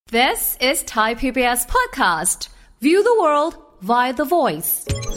This is Thai PBS podcast. View the world via the voice.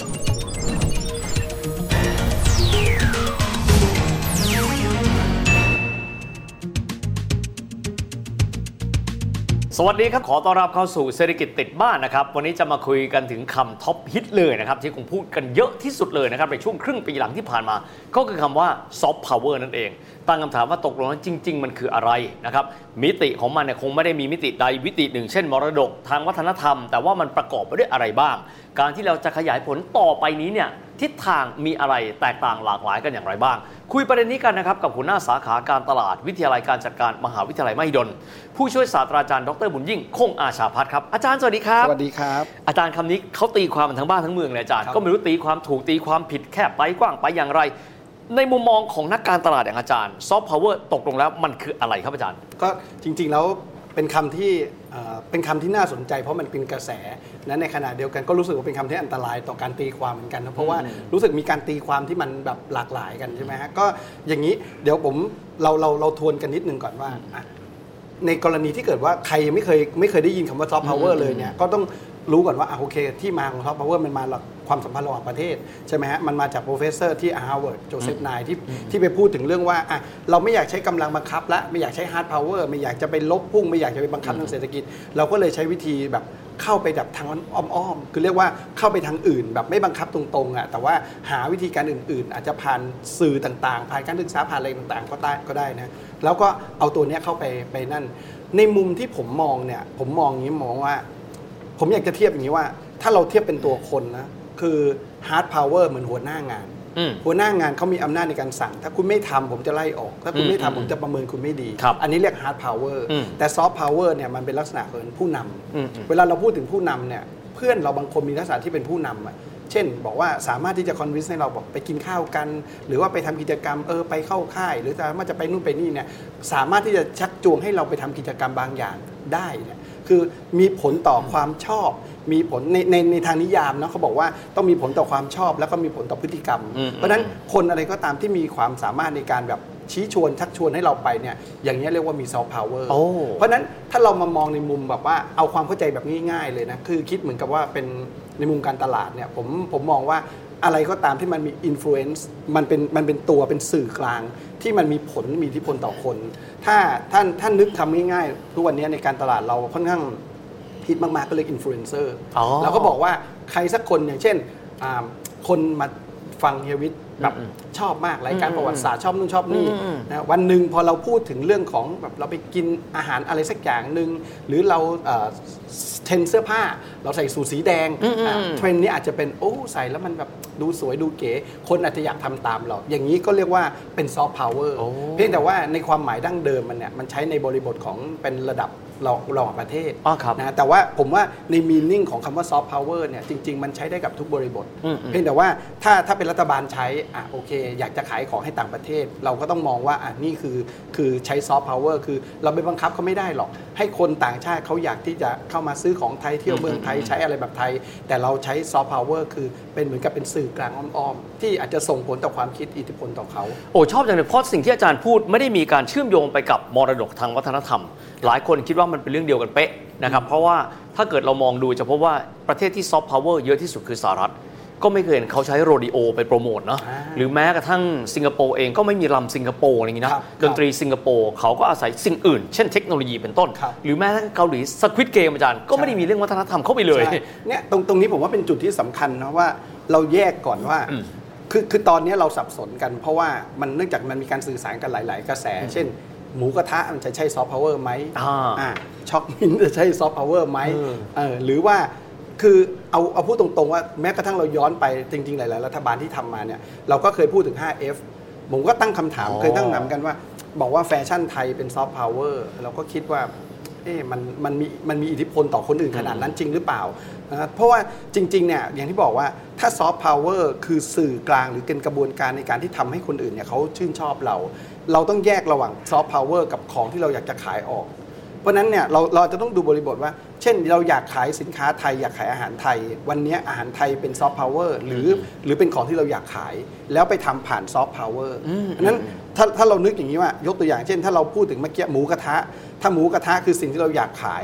สวัสดีครับขอต้อนรับเข้าสู่เศรษฐกิจติดบ้านนะครับวันนี้จะมาคุยกันถึงคำท็อปฮิตเลยนะครับที่คงพูดกันเยอะที่สุดเลยนะครับในช่วงครึ่งปีหลังที่ผ่านมาก็คือคำว่าซอฟต์พาวเวอร์นั่นเองตั้งคำถามว่าตกลงแล้วจริงๆมันคืออะไรนะครับมิติของมันเนี่ยคงไม่ได้มีมิติใดมิติหนึ่งเช่นมรดกทางวัฒนธรรมแต่ว่ามันประกอบไปด้วยอะไรบ้างการที่เราจะขยายผลต่อไปนี้เนี่ยทิศทางมีอะไรแตกต่างหลากหลายกันอย่างไรบ้างคุยประเด็นนี้กันนะครับกับหัวหน้าสาขาการตลาดวิทยาลัยการจัดการมหาวิทยาลัยมหิดลผู้ช่วยศาสตราจารย์ดรบุญยิ่งคงอาชาภัทรครับอาจารย์สวัสดีครับสวัสดีครับอาจารย์คำนี้เขาตีความทั้งบ้านทั้งเมืองเลยอาจารย์ก็ไม่รู้ตีความถูกตีความผิดแคบไปกว้างไปอย่างไรในมุมมองของนักการตลาดอย่างอาจารย์ซอฟต์พาวเวอร์ตกลงแล้วมันคืออะไรครับอาจารย์ก็จริงๆแล้วเป็นคำที่น่าสนใจเพราะมันเป็นกระแสและในขณะเดียวกันก็รู้สึกว่าเป็นคำที่อันตรายต่อการตีความเหมือนกันนะเพราะว่ารู้สึกมีการตีความที่มันแบบหลากหลายกันใช่ไหมฮะก็อย่างนี้เดี๋ยวเราทวนกันนิดนึงก่อนว่าในกรณีที่เกิดว่าใครไม่เคยได้ยินคำว่าซอฟต์พาวเวอร์เลยเนี่ยก็ต้องรู้ก่อนว่าโอเคที่มาของซอฟต์พาวเวอร์มันมาจากความสัมพันธ์ระหว่างประเทศใช่ไหมฮะมันมาจากโปรเฟสเซอร์ที่ฮาร์วาร์ดโจเซฟไนน์ที่ไปพูดถึงเรื่องว่าเราไม่อยากใช้กำลังบังคับและไม่อยากใช้ฮาร์ดพาวเวอร์ไม่อยากจะไปลบพุ่งไม่อยากจะไปบังคับทางเศรษฐกิจเราก็เลยใช้วิธีแบบเข้าไปแบบทางอ้อมๆคือเรียกว่าเข้าไปทางอื่นแบบไม่บังคับตรงๆแต่ว่าหาวิธีการอื่นๆอาจจะผ่านสื่อต่างๆผ่านการศึกษาผ่านอะไรต่างๆก็ได้นะแล้วก็เอาตัวนี้เข้าไปนั่นในมุมที่ผมมองเนี่ยผมมองอย่างนี้มองว่าผมอยากจะเทียบอย่างนี้ว่าถ้าเราเทียบเป็นตัวคนนะคือ hard power เหมือนหัวหน้างานหัวหน้างานเขามีอำนาจในการสั่งถ้าคุณไม่ทำผมจะไล่ออกถ้าคุณไม่ทำผมจะประเมินคุณไม่ดีอันนี้เรียก hard power แต่ soft power เนี่ยมันเป็นลักษณะของผู้นำเวลาเราพูดถึงผู้นำเนี่ยเพื่อนเราบางคนมีลักษณะที่เป็นผู้นำเช่นบอกว่าสามารถที่จะ convince ให้เราบอกไปกินข้าวกันหรือว่าไปทำกิจกรรมไปเข้าค่ายหรือสามารถจะไปนู่นไปนี่เนี่ยสามารถที่จะชักจูงให้เราไปทำกิจกรรมบางอย่างได้เนี่ยคือมีผลต่อความชอบมีผลในทางนิยามนะเขาบอกว่าต้องมีผลต่อความชอบแล้วก็มีผลต่อพฤติกรรมเพราะฉะนั้นคนอะไรก็ตามที่มีความสามารถในการแบบชี้ชวนชักชวนให้เราไปเนี่ยอย่างนี้เรียกว่ามีซอฟต์พาวเวอร์เพราะฉะนั้นถ้าเรามามองในมุมแบบว่าเอาความเข้าใจแบบง่ายๆเลยนะคือคิดเหมือนกับว่าเป็นในมุมการตลาดเนี่ยผมมองว่าอะไรก็ตามที่มันมีอิทธิพลมันเป็นตัวเป็นสื่อกลางที่มันมีผลมีอิทธิพลต่อคนถ้าท่านนึกทำง่ายๆทุกวันนี้ในการตลาดเราค่อนข้างฮิตมากๆก็เรียกอินฟลูเอนเซอร์แล้วก็บอกว่าใครสักคนอย่างเช่นคนมาฟังเฮียวิทย์แบบชอบมากรายการประวัติศาสตร์ชอบนู่นชอบนี่นะวันหนึ่งพอเราพูดถึงเรื่องของแบบเราไปกินอาหารอะไรสักอย่างหนึ่งหรือเราเทรนเสื้อผ้าเราใส่สูทสีแดงเทรนนี้อาจจะเป็นใส่แล้วมันแบบดูสวยดูเก๋คนอาจจะอยากทำตามเราอย่างนี้ก็เรียกว่าเป็นซอฟต์พาวเวอร์เพียงแต่ว่าในความหมายดั้งเดิมมันใช้ในบริบทของเป็นระดับระหว่างประเทศนะแต่ว่าผมว่าในมีนิ่งของคำว่าซอฟต์พาวเวอร์เนี่ยจริงๆมันใช้ได้กับทุกบริบทเพียงแต่ว่าถ้าเป็นรัฐบาลใช้โอเคอยากจะขายของให้ต่างประเทศเราก็ต้องมองว่านี่คือใช้ซอฟต์พาวเวอร์คือเราไปบังคับเขาไม่ได้หรอกให้คนต่างชาติเขาอยากที่จะเข้ามาซื้อของไทยเที่ยวเมืองไทยใช้อะไรแบบไทยแต่เราใช้ซอฟต์พาวเวอร์คือเป็นเหมือนกับเป็นสื่อกลางอ้อมๆที่อาจจะส่งผลต่อความคิดอิทธิพลต่อเขาชอบจังเลยเพราะสิ่งที่อาจารย์พูดไม่ได้มีการเชื่อมโยงไปกับมรดกทางวัฒนธรรมหลายคนคิดว่ามันเป็นเรื่องเดียวกันเป๊ะนะครับเพราะว่าถ้าเกิดเรามองดูจะพบว่าประเทศที่ซอฟต์พาวเวอร์เยอะที่สุดคือสหรัฐก็ไม่เคยเห็นเขาใช้โรดิโอไปโปรโมทเนาะหรือแม้กระทั่งสิงคโปร์เองก็ไม่มีรำสิงคโปร์อะไรอย่างนี้นะดนตรีสิงคโปร์เขาก็อาศัยสิ่งอื่นเช่นเทคโนโลยีเป็นต้นหรือแม้กระทั่งเกาหลีสควิดเกมอาจารย์ก็ไม่ได้มีเรื่องวัฒนธรรมเข้าไปเลยเนี่ยตรงนี้ผมว่าเป็นจุดที่สำคัญนะว่าเราแยกก่อนว่าคือตอนนี้เราสับสนกันเพราะว่ามันเนื่องจากมันมีการสื่อสารกันหลายๆกระแสเช่นหมูกระทะมันจะใช่ซอฟต์พาวเวอร์ไหมช็อกมิ้นจะใช่ซอฟต์พาวเวอร์ไหมหรือว่าคือเอาพูดตรงๆว่าแม้กระทั่งเราย้อนไปจริงๆหลายๆรัฐบาลที่ทำมาเนี่ยเราก็เคยพูดถึง 5F ผมก็ตั้งคำถามเคยตั้งคำถามกันว่าบอกว่าแฟชั่นไทยเป็นซอฟต์พาวเวอร์เราก็คิดว่ามันมีอิทธิพลต่อคนอื่นขนาดนั้นจริงหรือเปล่าเพราะว่าจริงๆเนี่ยอย่างที่บอกว่าถ้าซอฟต์พาวเวอร์คือสื่อกลางหรือเป็นกระบวนการในการที่ทำให้คนอื่นเนี่ยเขาชื่นชอบเราต้องแยกระหว่างซอฟต์พาวเวอร์กับของที่เราอยากจะขายออกเพราะนั้นเนี่ยเราจะต้องดูบริบทว่าเช่นเราอยากขายสินค้าไทยอยากขายอาหารไทยวันนี้อาหารไทยเป็นซอฟต์พาวเวอร์หรือเป็นของที่เราอยากขายแล้วไปทำผ่านซอฟต์พาวเวอร์นั้นถ้าเรานึกอย่างนี้ว่ายกตัวอย่างเช่นถ้าเราพูดถึงเมื่อกี้หมูกระทะถ้าหมูกระทะคือสิ่งที่เราอยากขาย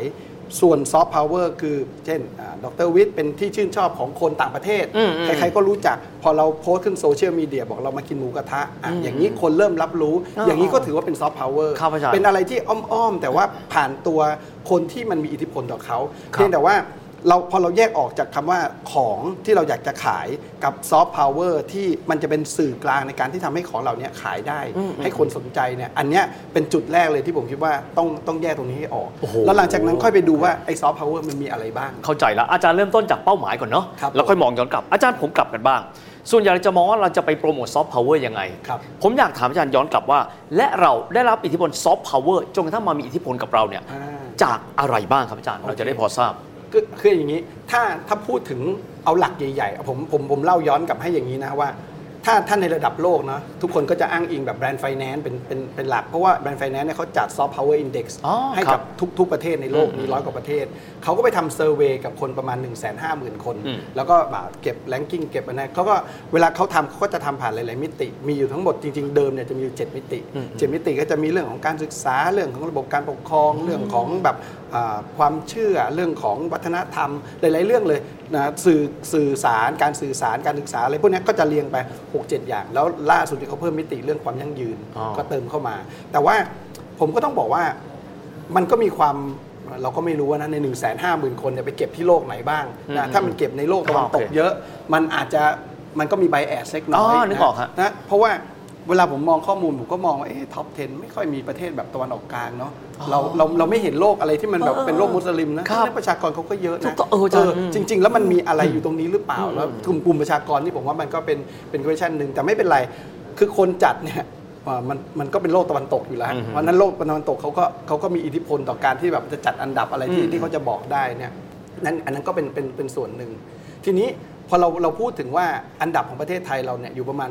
ส่วนซอฟต์พาวเวอร์คือเช่นดร.วิทย์เป็นที่ชื่นชอบของคนต่างประเทศใครๆก็รู้จักพอเราโพสต์ขึ้นโซเชียลมีเดียบอกเรามากินหมูกระทะอย่างนี้คนเริ่มรับรู้อย่างนี้ก็ถือว่าเป็นซอฟต์พาวเวอร์เป็นอะไรที่อ้อมๆแต่ว่าผ่านตัวคนที่มันมีอิทธิพลต่อเขาเพียงแต่ว่าพอเราแยกออกจากคำว่าของที่เราอยากจะขายกับซอฟต์พาวเวอร์ที่มันจะเป็นสื่อกลางในการที่ทำให้ของเราเนี่ยขายได้ให้คนสนใจเนี่ยอันเนี้ยเป็นจุดแรกเลยที่ผมคิดว่าต้องแยกตรงนี้ให้ออกแล้วหลังจากนั้นค่อยไปดูว่าไอ้ซอฟต์พาวเวอร์มันมีอะไรบ้างเข้าใจแล้วอาจารย์เริ่มต้นจากเป้าหมายก่อนเนาะแล้วค่อยมองย้อนกลับอาจารย์ผมกลับกันบ้างส่วนใหญ่จะมองว่าเราจะไปโปรโมทซอฟต์พาวเวอร์ยังไงผมอยากถามอาจารย์ย้อนกลับว่าและเราได้รับอิทธิพลซอฟต์พาวเวอร์จนกระทั่งมามีอิทธิพลกับเราเนี่ยจากอะไรบ้างครับอาจารย์เราจะได้พอทราบคืออย่างนี้ถ้าพูดถึงเอาหลักใหญ่ๆผมเล่าย้อนกลับให้อย่างนี้นะว่าถ้าในระดับโลกนะทุกคนก็จะอ้างอิงแบบแบรนด์ไฟแนนซ์เป็นหลักเพราะว่าแบรนด์ไฟแนนซ์เนี่ยเขาจัดซอฟต์พาวเวอร์อินเด็กซ์ให้กับทุกประเทศในโลกมี100 กว่าประเทศเขาก็ไปทำเซอร์เวย์กับคนประมาณ 150,000 คนแล้วก็เก็บแรงกิ้งเก็บอะไรเขาก็เวลาเขาก็จะทำผ่านหลายๆมิติมีอยู่ทั้งหมดจริงๆเดิมเนี่ยจะมีอยู่7 มิติ7 มิติก็จะมีเรื่องของการศึกษาเรื่องของระบบการปกครองเรื่องของแบบความเชื่อเรื่องของวัฒนธรรมหลายๆเรื่องเลยนะสื่อสารการสื่อสารการศึกษาอะไรพวกนี้ก็จะเรียงไป 6-7 อย่างแล้วล่าสุดที่เขาเพิ่มมิติเรื่องความยั่งยืนก็เติมเข้ามาแต่ว่าผมก็ต้องบอกว่ามันก็มีความเราก็ไม่รู้นะใน 150,000 คนเนี่ยไปเก็บที่โลกไหนบ้างนะถ้ามันเก็บในโลกตะวันตกเยอะมันก็มีไบแอสเล็กน้อยนะเพราะว่าเวลาผมมองข้อมูลผมก็มองว่าท็อป 10ไม่ค่อยมีประเทศแบบตะวันออกกลางเนาะเราไม่เห็นโลกอะไรที่มันแบบเป็นโลกมุสลิมนะประชากรเขาก็เยอะนะจริงๆแล้วมันมีอะไรอยู่ตรงนี้หรือเปล่าแล้วกลุ่มประชากรนี่ผมว่ามันก็เป็น question นึงแต่ไม่เป็นไรคือคนจัดเนี่ยมันก็เป็นโลกตะวันตกอยู่แล้วเพราะนั้นโลกตะวันตกเขาก็มีอิทธิพลต่อการที่แบบจะจัดอันดับอะไรที่เขาจะบอกได้เนี่ยนั้นอันนั้นก็เป็นส่วนหนึ่งทีนี้พอเราพูดถึงว่าอันดับของประเทศไทยเราเนี่ยอยู่ประมาณ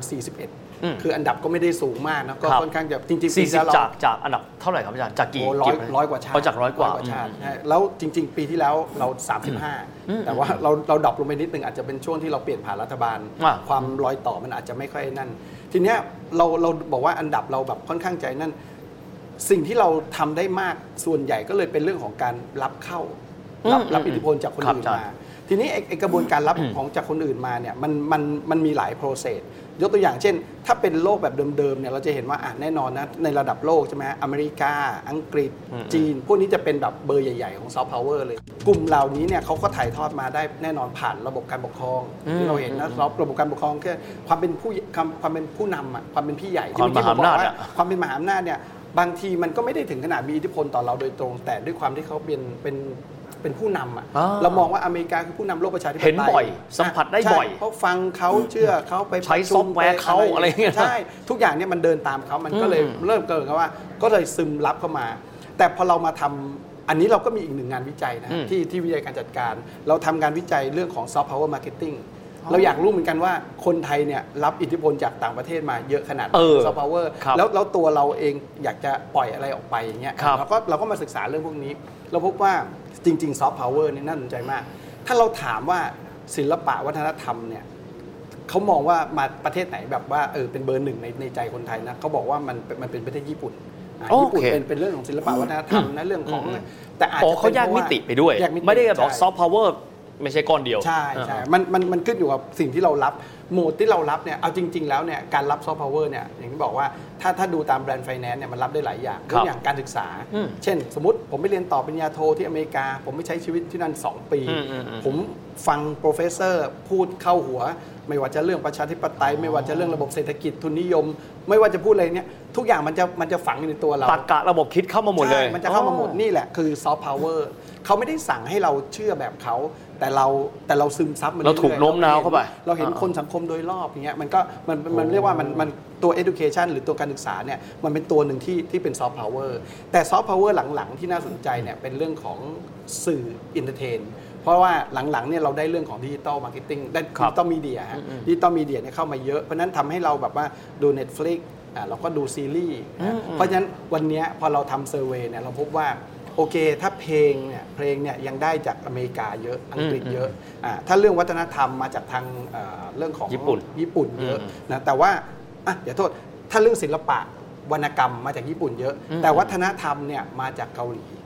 41คืออันดับก็ไม่ได้สูงมากนะก็ค่อนข้างจะจริงๆปีที่แล้วจากอันดับเท่าไหร่ครับอาจารย์จากกี่ร้อยกว่าชาติจาก100 กว่าชาติแล้วจริงๆปีที่แล้วเรา35แต่ว่าเราดรอปลงไปนิดนึงอาจจะเป็นช่วงที่เราเปลี่ยนผ่านรัฐบาลความรอยต่อมันอาจจะไม่ค่อยนั่นทีเนี้ยเราบอกว่าอันดับเราแบบค่อนข้างใจนั่นสิ่งที่เราทำได้มากส่วนใหญ่ก็เลยเป็นเรื่องของการรับอิทธิพลจากคนอื่นมาทีนี้ไอ้กระบวนการรับของจากคนอื่นมาเนี่ยมันมีหลาย process ยกตัวอย่างเช่นถ้าเป็นโลกแบบเดิมๆเนี่ยเราจะเห็นว่าแน่นอนนะในระดับโลกใช่ไหมอเมริกาอังกฤษจีนพวกนี้จะเป็นแบบเบอร์ใหญ่ๆของซอฟต์พาวเวอร์เลยกลุ่มเหล่านี้เนี่ยเขาก็ถ่ายทอดมาได้แน่นอนผ่านระบบการปกครองที่เราเห็นนะระบบการปกครองคือความเป็นผู้นำความเป็นพี่ใหญ่ที่เมื่อกี้ผมบอกว่าความเป็นมหาอำนาจเนี่ยบางทีมันก็ไม่ได้ถึงขนาดมีอิทธิพลต่อเราโดยตรงแต่ด้วยความที่เขาเป็นผู้นำเรามองว่าอเมริกาคือผู้นำโลกประชาธิปไตยเห็นบ่อยสัมผัสได้บ่อยเพราะฟังเขาเชื่อเขาไปใช้ซอฟต์แวร์เขาอะไรอย่างเงี้ยใช่ทุกอย่างเนี่ยมันเดินตามเขามันก็เลยเริ่มเกิดกันว่าก็เลยซึมรับเข้ามาแต่พอเรามาทำอันนี้เราก็มีอีกหนึ่งงานวิจัยนะที่วิจัยการจัดการเราทำงานวิจัยเรื่องของซอฟต์พาวเวอร์มาร์เก็ตติ้งเราอยากรู้เหมือนกันว่าคนไทยเนี่ยรับอิทธิพลจากต่างประเทศมาเยอะขนาดซอฟต์พาวเวอร์แล้วตัวเราเองอยากจะปล่อยอะไรออกไปอย่างเงี้ยเราก็มาศึกษาเรื่องพวกนี้เราพบว่าจริงๆซอฟต์พาวเวอร์นี่น่าสนใจมากถ้าเราถามว่าศิลปะวัฒนธรรมเนี่ยเขามองว่ามาประเทศไหนแบบว่าเป็นเบอร์หนึ่งในใจคนไทยนะเขาบอกว่ามันเป็นประเทศญี่ปุ่นญี่ปุ่นเป็นเรื่องของศิลปะวัฒนธรรมนะเรื่องของแต่อาจจะเขาแยกมิติไปด้วยไม่ได้บอกซอฟต์พาวเวอร์ไม่ใช่ก้อนเดียวใช่มันขึ้นอยู่กับสิ่งที่เรารับโหมดที่เรารับเนี่ยเอาจริงๆแล้วเนี่ยการรับซอฟต์พาวเวอร์เนี่ยอย่างที่บอกว่าถ้าดูตามแบรนด์ไฟแนนซ์เนี่ยมันรับได้หลายอย่างยกอย่างการศึกษาเช่นสมมติผมไปเรียนต่อปริญญาโทที่อเมริกาผมไม่ใช้ชีวิตที่นั่น2 ปีผมฟังโปรเฟสเซอร์พูดเข้าหัวไม่ว่าจะเรื่องประชาธิปไตยไม่ว่าจะเรื่องระบบเศรษฐกิจทุนนิยมไม่ว่าจะพูดอะไรเนี่ยทุกอย่างมันจะฝังอยู่ในตัวเราตรรกะระบบคิดเข้ามาหมดเลยมันจะเข้ามาหมดนี่แหละคือซอฟต์พาวเวอร์เขาไม่ได้สั่งให้เราเชื่อแบบเขาแต่เราซึมซับมันเราถูกโน้มน้าวเข้าไปเราเห็นคนสังคมโดยรอบอย่างเงี้ยมันเรียกว่ามันตัว education หรือตัวการศึกษาเนี่ยมันเป็นตัวหนึ่งที่เป็นซอฟต์พาวเวอร์แต่ซอฟต์พาวเวอร์หลังๆที่น่าสนใจเนี่ยเป็นเรื่องของสื่ออินเตอร์เทนเพราะว่าหลังๆเนี่ยเราได้เรื่องของดิจิตอลมาร์เก็ตติ้งได้ดิจิตอลมีเดียดิจิตอลมีเดียเนี่ยเข้ามาเยอะเพราะนั้นทำให้เราแบบว่าดู Netflix เราก็ดูซีรีส์เพราะฉะนั้นวันนี้พอเราทำเซอร์เวย์เนี่ยเราพบว่าโอเคถ้าเพลงเนี่ยยังได้จากอเมริกาเยอะอังกฤษเยอะถ้าเรื่องวัฒนธรรมมาจากทางเรื่องของญี่ปุ่นเยอะนะแต่ว่าเดี๋ยวโทษถ้าเรื่องศิลปะวรรณกรรมมาจากญี่ปุ่นเยอะแต่วัฒนธรรมเนี่ยมาจากเกาหลี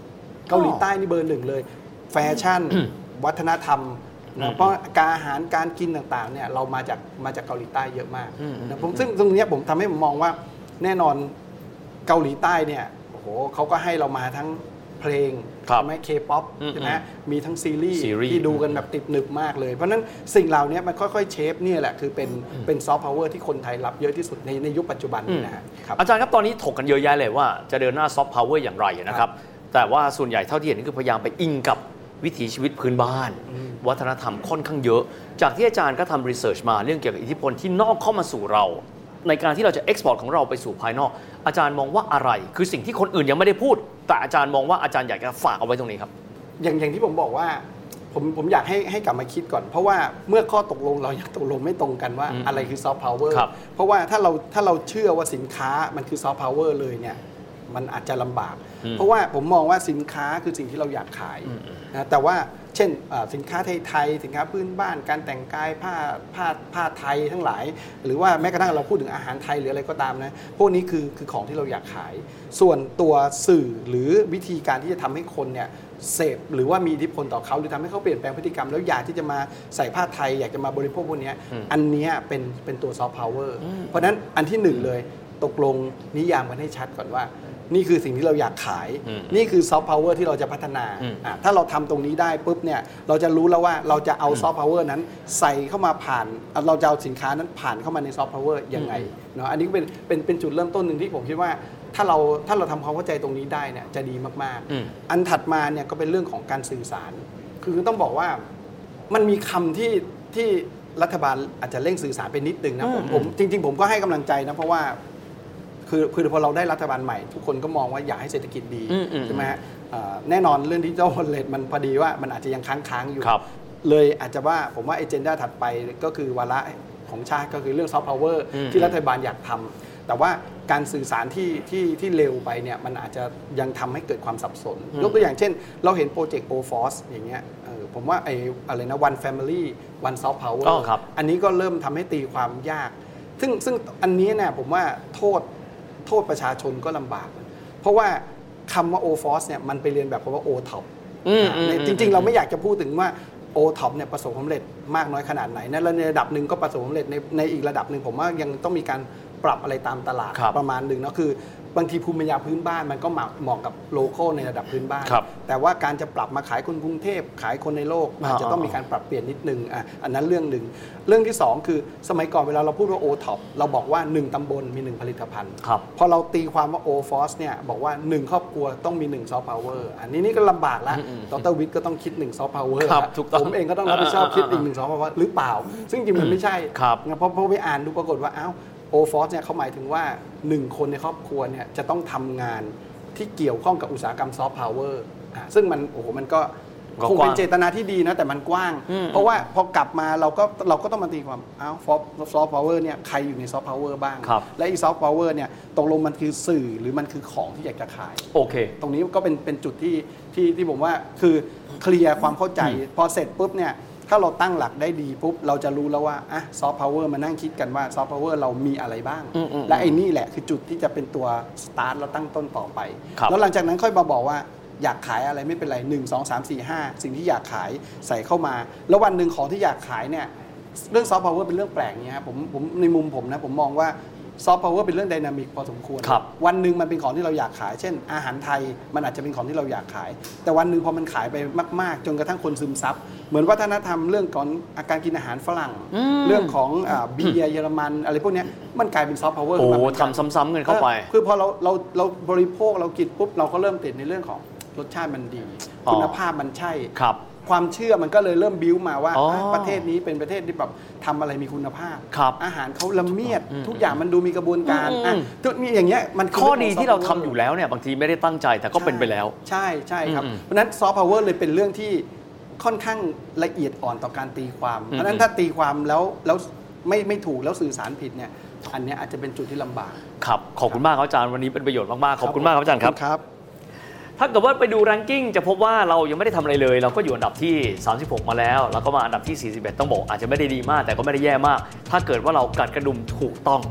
เกาหลีใต้นี่เบอร์ 1เลยแฟชั่นวัฒนธรรมนะเพราะการอาหารการกินต่างๆเนี่ยเรามาจากเกาหลีใต้เยอะมากนะซึ่งตรงนี้ผมทำให้ผมมองว่าแน่นอนเกาหลีใต้เนี่ยโอ้โหเขาก็ให้เรามาทั้งเพลงใช่ไหมเคป๊อปใช่ไหมมีทั้งซีรีส์ที่ดูกันแบบติดหนึบมากเลยเพราะฉะนั้นสิ่งเหล่านี้มันค่อยๆเชฟนี่แหละคือเป็นซอฟต์พาวเวอร์ที่คนไทยรับเยอะที่สุดในยุคปัจจุบันนี้นะครับอาจารย์ครับตอนนี้ถกกันเยอะแยะเลยว่าจะเดินหน้าซอฟต์พาวเวอร์อย่างไรนะครับแต่ว่าส่วนใหญ่เท่าที่เห็นคือพยายามไปอิงกับวิถีชีวิตพื้นบ้านวัฒนธรรมค่อนข้างเยอะจากที่อาจารย์ก็ทำรีเสิร์ชมาเรื่องเกี่ยวกับอิทธิพลที่นอกเข้ามาสู่เราในการที่เราจะเอ็กซ์พอร์ตของเราไปสู่ภายนอกอาจารย์มองว่าอะไรคือสิ่งที่คนอื่นยังไม่ได้พูดแต่อาจารย์มองว่าอาจารย์อยากจะฝากเอาไว้ตรงนี้ครับอย่างที่ผมบอกว่าผมอยากให้กลับมาคิดก่อนเพราะว่าเมื่อข้อตกลงเรายังตกลงไม่ตรงกันว่าอะไรคือซอฟต์พาวเวอร์เพราะว่าถ้าเราเชื่อว่าสินค้ามันคือซอฟต์พาวเวอร์เลยเนี่ยมันอาจจะลำบากเพราะว่าผมมองว่าสินค้าคือสิ่งที่เราอยากขายนะแต่ว่าเช่นสินค้าไทยสินค้าพื้นบ้านการแต่งกายผ้าไทยทั้งหลายหรือว่าแม้กระทั่งเราพูดถึงอาหารไทยหรืออะไรก็ตามนะพวกนี้คือของที่เราอยากขายส่วนตัวสื่อหรือวิธีการที่จะทำให้คนเนี่ยเสพหรือว่ามีอิทธิพลต่อเขาหรือทำให้เขาเปลี่ยนแปลงพฤติกรรมแล้วอยากที่จะมาใส่ผ้าไทยอยากจะมาบริโภคพวกนี้อันนี้เป็นตัวซอฟต์พาวเวอร์เพราะนั้นอันที่หนึ่งเลยตกลงนิยามกันให้ชัดก่อนว่านี่คือสิ่งที่เราอยากขายนี่คือซอฟต์พาวเวอร์ที่เราจะพัฒนาถ้าเราทำตรงนี้ได้ปุ๊บเนี่ยเราจะรู้แล้วว่าเราจะเอาซอฟต์พาวเวอร์นั้นใส่เข้ามาผ่านเราจะเอาสินค้านั้นผ่านเข้ามาในซอฟต์พาวเวอร์ยังไงเนาะอันนี้ก็เป็นจุดเริ่มต้นหนึ่งที่ผมคิดว่าถ้าเราทำความเข้าใจตรงนี้ได้เนี่ยจะดีมากๆอันถัดมาเนี่ยก็เป็นเรื่องของการสื่อสารคือต้องบอกว่ามันมีคำที่รัฐบาลอาจจะเร่งสื่อสารไปนิดนึงนะผมจริงๆผมก็ให้กำลังใจนะเพราะว่าคือพอเราได้รัฐบาลใหม่ทุกคนก็มองว่าอยากให้เศรษฐกิจดีใช่ไหมฮะแน่นอนเรื่องดิจิทัลวอลเล็ตมันพอดีว่ามันอาจจะยังค้างอยู่เลยอาจจะว่าผมว่าเอเจนดาถัดไปก็คือวาระของชาติก็คือเรื่องซอฟต์พาวเวอร์ที่รัฐบาลอยากทำแต่ว่าการสื่อสารที่เร็วไปเนี่ยมันอาจจะยังทำให้เกิดความสับสนยกตัวอย่างเช่นเราเห็นโปรเจกต์ OFOS อย่างเงี้ยผมว่าอะไรนะ One Family One Soft Power อันนี้ก็เริ่มทำให้ตีความยากซึ่งอันนี้เนี่ยผมว่าโทษประชาชนก็ลำบากเพราะว่าคำว่า OFOS เนี่ยมันไปเรียนแบบคำว่า OTOP จริงๆเราไม่อยากจะพูดถึงว่า OTOP เนี่ยประสบความสำเร็จมากน้อยขนาดไหนนะแล้วในระดับหนึ่งก็ประสบความสำเร็จในอีกระดับหนึ่งผมว่ายังต้องมีการปรับอะไรตามตลาดประมาณหนึ่งนะคือบางทีภูมิปัญญาพื้นบ้านมันก็เหมาะกับโลคอลในระดับพื้นบ้านแต่ว่าการจะปรับมาขายคนกรุงเทพขายคนในโลกอาจจะต้องมีการปรับเปลี่ยนนิดนึงอันนั้นเรื่องหนึ่งเรื่องที่2คือสมัยก่อนเวลาเราพูดว่า OTOP เราบอกว่า1ตำบลมี1ผลิตภัณฑ์พอเราตีความว่า OFOS เนี่ยบอกว่า1ครอบครัวต้องมี1ซอฟต์พาวเวอร์อันนี้ก็ลำบากแล้วดร.วิทย์ก็ต้องคิด1ซอฟต์พาวเวอร์ผมเองก็ต้องรับผิดชอบคิดอีก1ซอฟต์พาวเวอร์หรือเปล่าซึ่งจริงมันไม่ใช่เพราะไปอ่านดูปรากฏว่าอ้าวOFOS เนี่ยเขาหมายถึงว่า1คนในครอบครัวเนี่ยจะต้องทำงานที่เกี่ยวข้องกับอุตสาหกรรมซอฟต์พาวเวอร์ซึ่งมันก็คงเป็นเจตนาที่ดีนะแต่มันกว้างเพราะว่าพอกลับมาเราก็ต้องมาตีความซอฟต์พาวเวอร์เนี่ยใครอยู่ในซอฟต์พาวเวอร์บ้างและอีซอฟต์พาวเวอร์เนี่ยตกลงมันคือสื่อหรือมันคือของที่อยากจะขายโอเคตรงนี้ก็เป็นจุดที่ผมว่าคือเคลียร์ความเข้าใจพอเสร็จปุ๊บเนี่ยถ้าเราตั้งหลักได้ดีปุ๊บเราจะรู้แล้วว่าซอฟต์พาวเวอร์มานั่งคิดกันว่าซอฟต์พาวเวอร์เรามีอะไรบ้างและไอ้นี่แหละคือจุดที่จะเป็นตัวสตาร์ทแล้วตั้งต้นต่อไปแล้วหลังจากนั้นค่อยมาบอกว่าอยากขายอะไรไม่เป็นไร1 2 3 4 5สิ่งที่อยากขายใส่เข้ามาแล้ววันหนึ่งของที่อยากขายเนี่ยเรื่องซอฟต์พาวเวอร์เป็นเรื่องแปลกเนี่ยครับผมในมุมผมนะผมมองว่าซอฟต์พาวเวอร์เป็นเรื่องไดนามิกพอสมควรวันหนึ่งมันเป็นของที่เราอยากขายเช่นอาหารไทยมันอาจจะเป็นของที่เราอยากขายแต่วันหนึ่งพอมันขายไปมากๆจนกระทั่งคนซึมซับเหมือนวัฒนธรรมเรื่องของการกินอาหารฝรั่งเรื่องของเบียร์เยอรมันอะไรพวกนี้มันกลายเป็นซอฟต์พาวเวอร์ทำซ้ำๆกันเข้าไปคือพอเราบริโภคเรากินปุ๊บเราก็เริ่มติดในเรื่องของรสชาติมันดีคุณภาพมันใช่ความเชื่อมันก็เลยเริ่มบิ้วมาว่าประเทศนี้เป็นประเทศที่แบบทำอะไรมีคุณภาพอาหารเขาละเมียดทุกอย่างมันดูมีกระบวนการทุกนี้อย่างเงี้ยมันข้อดีที่เราทำอยู่แล้วเนี่ยบางทีไม่ได้ตั้งใจแต่ก็เป็นไปแล้วใช่ครับเพราะนั้นซอฟต์พาวเวอร์เลยเป็นเรื่องที่ค่อนข้างละเอียดอ่อนต่อการตีความเพราะนั้นถ้าตีความแล้วไม่ถูกแล้วสื่อสารผิดเนี่ยอันนี้อาจจะเป็นจุดที่ลำบากครับขอบคุณมากครับอาจารย์วันนี้เป็นประโยชน์มากๆขอบคุณมากครับอาจารย์ครับถ้าเกิดว่าไปดูแรงกิ้งจะพบว่าเรายังไม่ได้ทำอะไรเลยเราก็อยู่อันดับที่36มาแล้วแล้วก็มาอันดับที่41ต้องบอกอาจจะไม่ได้ดีมากแต่ก็ไม่ได้แย่มากถ้าเกิดว่าเรากัดกระดุมถูกต้อง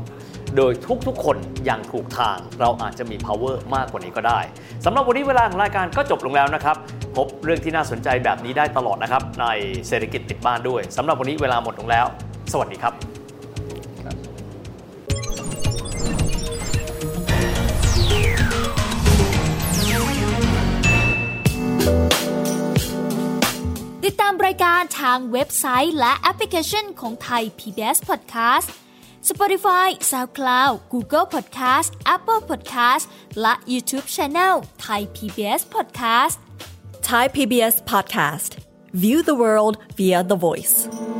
โดยทุกๆคนอย่างถูกทางเราอาจจะมี power มากกว่านี้ก็ได้สำหรับวันนี้เวลาของรายการก็จบลงแล้วนะครับพบเรื่องที่น่าสนใจแบบนี้ได้ตลอดนะครับในเศรษฐกิจติดบ้านด้วยสำหรับวันนี้เวลาหมดลงแล้วสวัสดีครับติดตามรายการทางเว็บไซต์และแอปพลิเคชันของไทย PBS Podcast Spotify, SoundCloud, Google Podcast, Apple Podcast และ YouTube Channel Thai PBS Podcast Thai PBS Podcast. View the world via the voice.